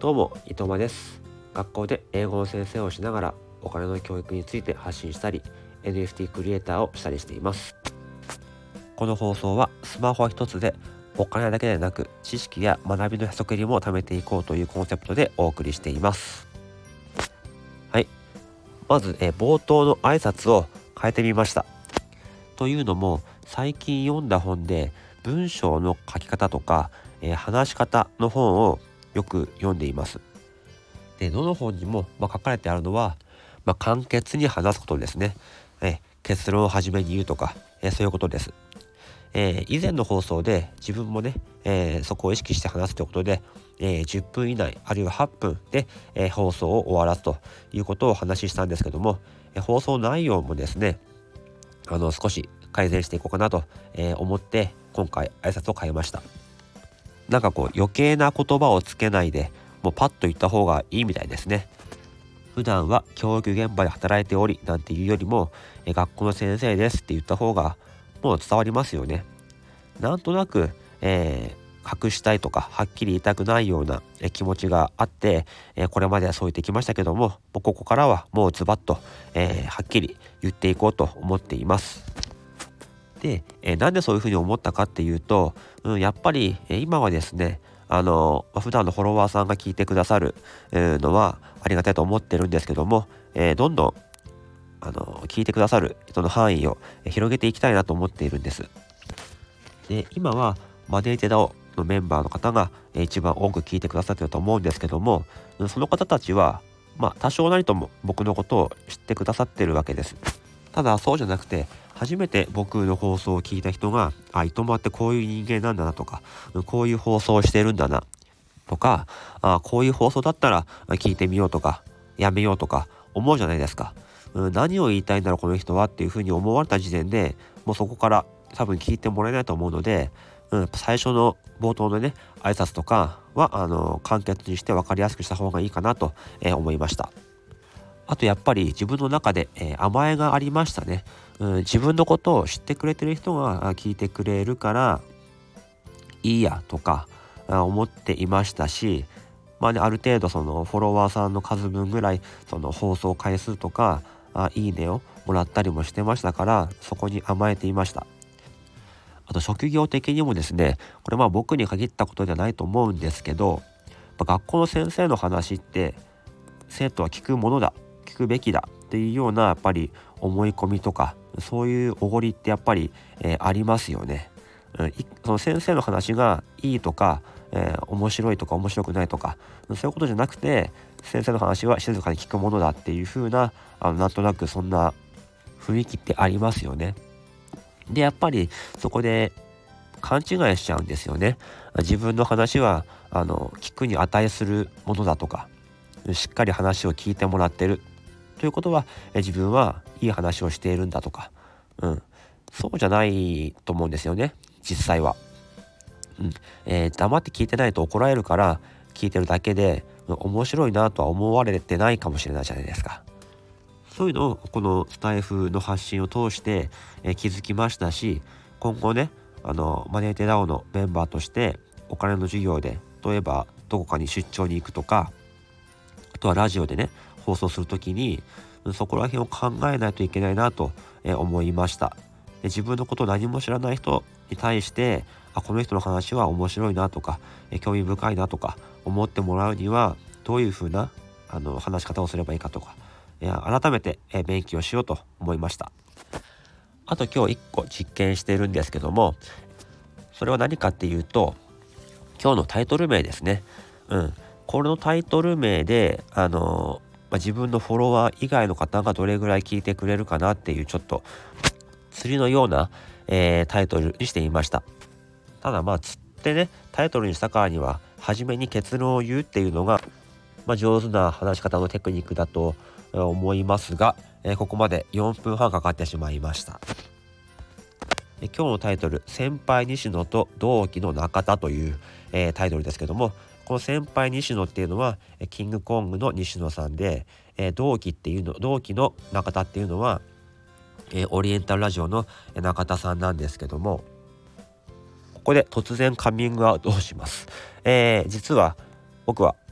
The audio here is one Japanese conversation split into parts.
どうも伊藤間です。学校で英語の先生をしながらお金の教育について発信したり NFT クリエイターをしたりしています。この放送はスマホ一つでお金だけでなく知識や学びのへそくりも貯めていこうというコンセプトでお送りしています。はい、まず冒頭の挨拶を変えてみました。というのも最近読んだ本で文章の書き方とか、話し方の本をよく読んでいます。でどの本にも、書かれてあるのは、簡潔に話すことですね。結論を初めに言うとか、そういうことです。以前の放送で自分もね、そこを意識して話すということで、10分以内あるいは8分で、放送を終わらすということをお話ししたんですけども、放送内容もですね少し改善していこうかなと、思って今回挨拶を変えました。なんか余計な言葉をつけないでもうパッと言った方がいいみたいですね。普段は教育現場で働いておりなんていうよりも、学校の先生ですって言った方がもう伝わりますよね。なんとなく、隠したいとかはっきり言いたくないような気持ちがあって、これまではそう言ってきましたけども、ここからはもうズバッと、はっきり言っていこうと思っています。で、なんでそういうふうに思ったかっていうと、やっぱり、今はですね普段のフォロワーさんが聞いてくださる、のはありがたいと思ってるんですけども、どんどん聞いてくださる人の範囲を広げていきたいなと思っているんです。で今はマネーテダオのメンバーの方が一番多く聞いてくださってると思うんですけども、その方たちは多少なりとも僕のことを知ってくださってるわけです。ただそうじゃなくて初めて僕の放送を聞いた人が伊藤間ってこういう人間なんだなとか、こういう放送をしてるんだなとか、こういう放送だったら聞いてみようとかやめようとか思うじゃないですか。何を言いたいんだろうこの人はっていうふうに思われた時点でもうそこから多分聞いてもらえないと思うので、最初の冒頭のね挨拶とかは簡潔にして分かりやすくした方がいいかなと、思いました。あとやっぱり自分の中で、甘えがありましたね。自分のことを知ってくれてる人が聞いてくれるからいいやとか思っていましたし、ある程度そのフォロワーさんの数分ぐらいその放送回数とかいいねをもらったりもしてましたから、そこに甘えていました。あと職業的にもですね、これ僕に限ったことではないと思うんですけど、学校の先生の話って生徒は聞くものだ、聞くべきだっていうようなやっぱり思い込みとかそういうおごりってやっぱり、ありますよね。その先生の話がいいとか、面白いとか面白くないとかそういうことじゃなくて、先生の話は静かに聞くものだっていう風ななんとなくそんな雰囲気ってありますよね。でやっぱりそこで勘違いしちゃうんですよね。自分の話は聞くに値するものだとか、しっかり話を聞いてもらってるということは自分はいい話をしているんだとか、そうじゃないと思うんですよね実際は。黙って聞いてないと怒られるから聞いてるだけで面白いなとは思われてないかもしれないじゃないですか。そういうのをこのスタイフの発信を通して、気づきましたし、今後ねマネーテダオのメンバーとしてお金の授業で例えばどこかに出張に行くとか、あとはラジオでね放送するときにそこら辺を考えないといけないなと思いました。で自分のことを何も知らない人に対してこの人の話は面白いなとか興味深いなとか思ってもらうにはどういうふうな話し方をすればいいかとか、改めて勉強しようと思いました。あと今日1個実験してるんですけども、それは何かっていうと今日のタイトル名ですね。これのタイトル名で自分のフォロワー以外の方がどれぐらい聞いてくれるかなっていうちょっと釣りのような、タイトルにしてみました。ただ釣ってねタイトルにしたからには初めに結論を言うっていうのが、上手な話し方のテクニックだと思いますが、ここまで4分半かかってしまいました。今日のタイトル先輩西野と同期の中田という、タイトルですけども、この先輩西野っていうのはキングコングの西野さんで、同期の中田っていうのは、オリエンタルラジオの中田さんなんですけども、ここで突然カミングアウトをします。実は僕は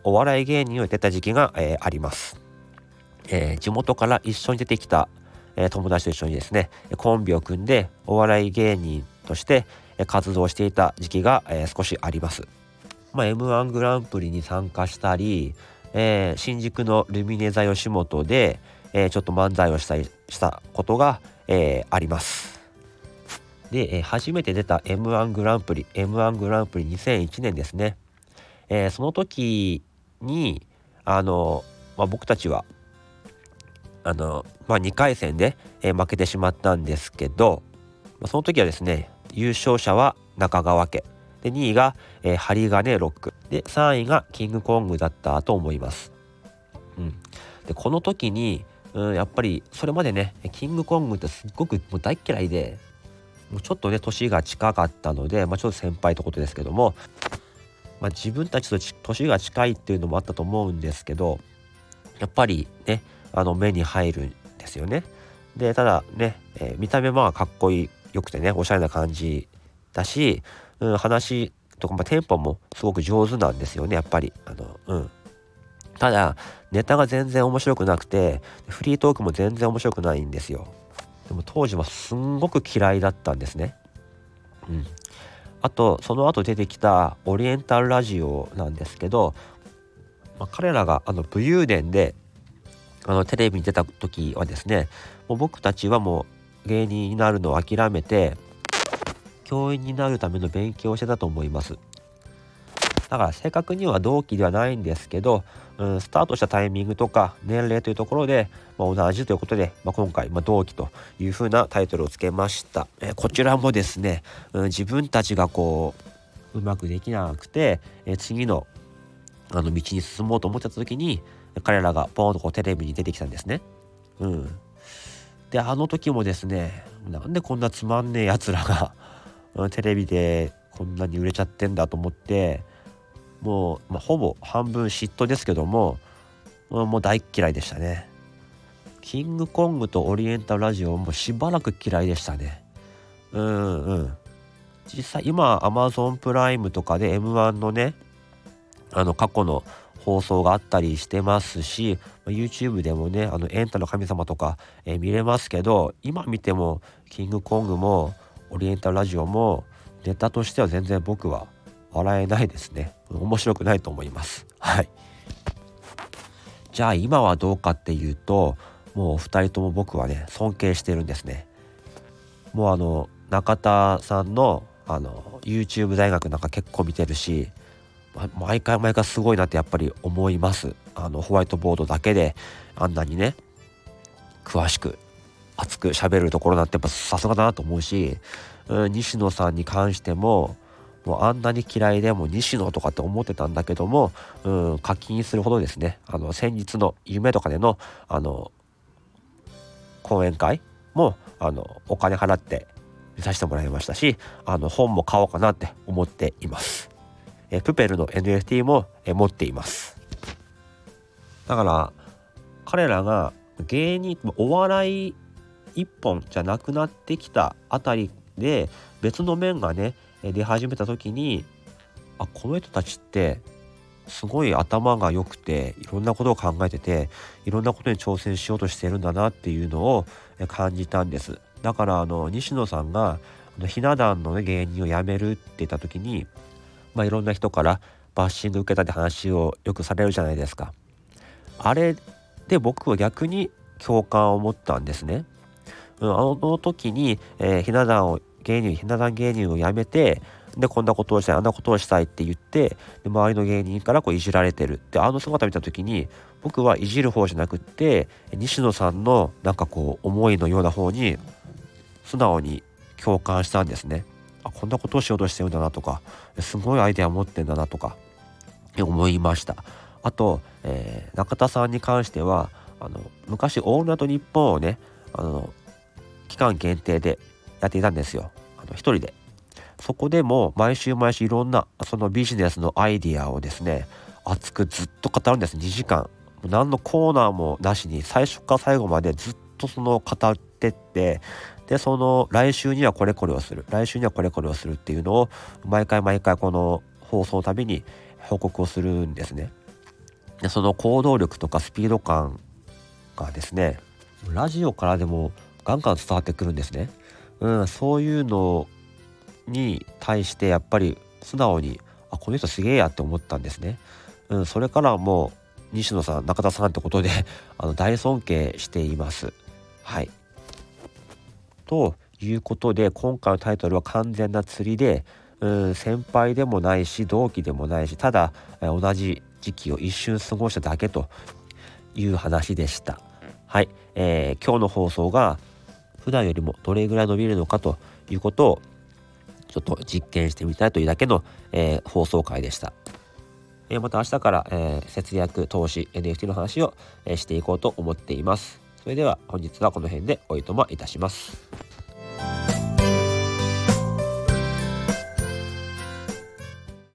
お笑い芸人をやってた時期が、あります。地元から一緒に出てきた、友達と一緒にですねコンビを組んでお笑い芸人として活動していた時期が、少しあります。M1 グランプリに参加したり、新宿のルミネ座吉本で、ちょっと漫才をしたことが、あります。で、初めて出た M1 グランプリ 2001年ですね。その時に僕たちは2回戦で、負けてしまったんですけど、その時はですね優勝者は中川家で2位が、針金ロックで3位がキングコングだったと思います。でこの時に、やっぱりそれまでねキングコングってすっごくもう大嫌いで、もうちょっとね年が近かったので、ちょっと先輩ってことですけども、自分たちと年が近いっていうのもあったと思うんですけど、やっぱりね目に入るんですよね。でただね、見た目かっこよくてねおしゃれな感じだし、話とか、テンポもすごく上手なんですよねやっぱりただネタが全然面白くなくてフリートークも全然面白くないんですよ。でも当時はすんごく嫌いだったんですね。あとその後出てきたオリエンタルラジオなんですけど、彼らが武勇伝でテレビに出た時はですね、もう僕たちはもう芸人になるのを諦めて教員になるための勉強をしてたと思います。だから正確には同期ではないんですけど、スタートしたタイミングとか年齢というところで、同じということで、今回、同期というふうなタイトルをつけました。こちらもですね、自分たちがうまくできなくて、次の道に進もうと思った時に彼らがポーンとテレビに出てきたんですね。であの時もですね、なんでこんなつまんねえやつらがテレビでこんなに売れちゃってんだと思って、もう、ほぼ半分嫉妬ですけども、もう大嫌いでしたね。キングコングとオリエンタルラジオもしばらく嫌いでしたね。実際今 Amazon プライムとかで M1 のね過去の放送があったりしてますし、YouTube でもねエンタの神様とか、見れますけど、今見てもキングコングもオリエンタルラジオもネタとしては全然僕は笑えないですね。面白くないと思います。じゃあ今はどうかっていうと、もう2人とも僕はね尊敬してるんですね。もう中田さんのYouTube 大学なんか結構見てるし、毎回すごいなってやっぱり思います。ホワイトボードだけであんなにね詳しく熱く喋るところなんてやっぱさすがだなと思うし、西野さんに関してもあんなに嫌いでも西野とかって思ってたんだけども、課金するほどですね、先日の夢とかでの講演会もお金払って見させてもらいましたし、本も買おうかなって思っています。プペルの NFT も持っています。だから彼らが芸人お笑い一本じゃなくなってきたあたりで別の面がね出始めた時に、この人たちってすごい頭が良くていろんなことを考えてていろんなことに挑戦しようとしてるんだなっていうのを感じたんです。だから西野さんがひな壇の、芸人を辞めるって言った時に、いろんな人からバッシング受けたって話をよくされるじゃないですか。あれで僕は逆に共感を持ったんですね。あの時に、ひな壇芸人を辞めて、でこんなことをしたいあんなことをしたいって言って、で周りの芸人からいじられてるって姿見た時に、僕はいじる方じゃなくって西野さんの思いのような方に素直に共感したんですね。こんなことをしようとしてるんだなとか、すごいアイデア持ってんだなとか思いました。あと、中田さんに関しては昔オールナイトニッポンをね期間限定でやっていたんですよ、一人で。そこでも毎週いろんなそのビジネスのアイディアをですね熱くずっと語るんです。2時間何のコーナーもなしに最初から最後までずっと語ってって、で来週にはこれこれをする来週にはこれこれをするっていうのを毎回この放送のたびに報告をするんですね。 でその行動力とかスピード感がですね、ラジオからでもガンガン伝わってくるんですね。そういうのに対してやっぱり素直にこの人すげえやって思ったんですね。それからはもう西野さん、中田さんってことで大尊敬しています。はい。ということで今回のタイトルは完全な釣りで、先輩でもないし同期でもないし、ただ同じ時期を一瞬過ごしただけという話でした。はい、今日の放送が普段よりもどれぐらい伸びるのかということをちょっと実験してみたいというだけの、放送回でした。また明日から、節約投資 NFT の話を、していこうと思っています。それでは本日はこの辺でおいとまいたします。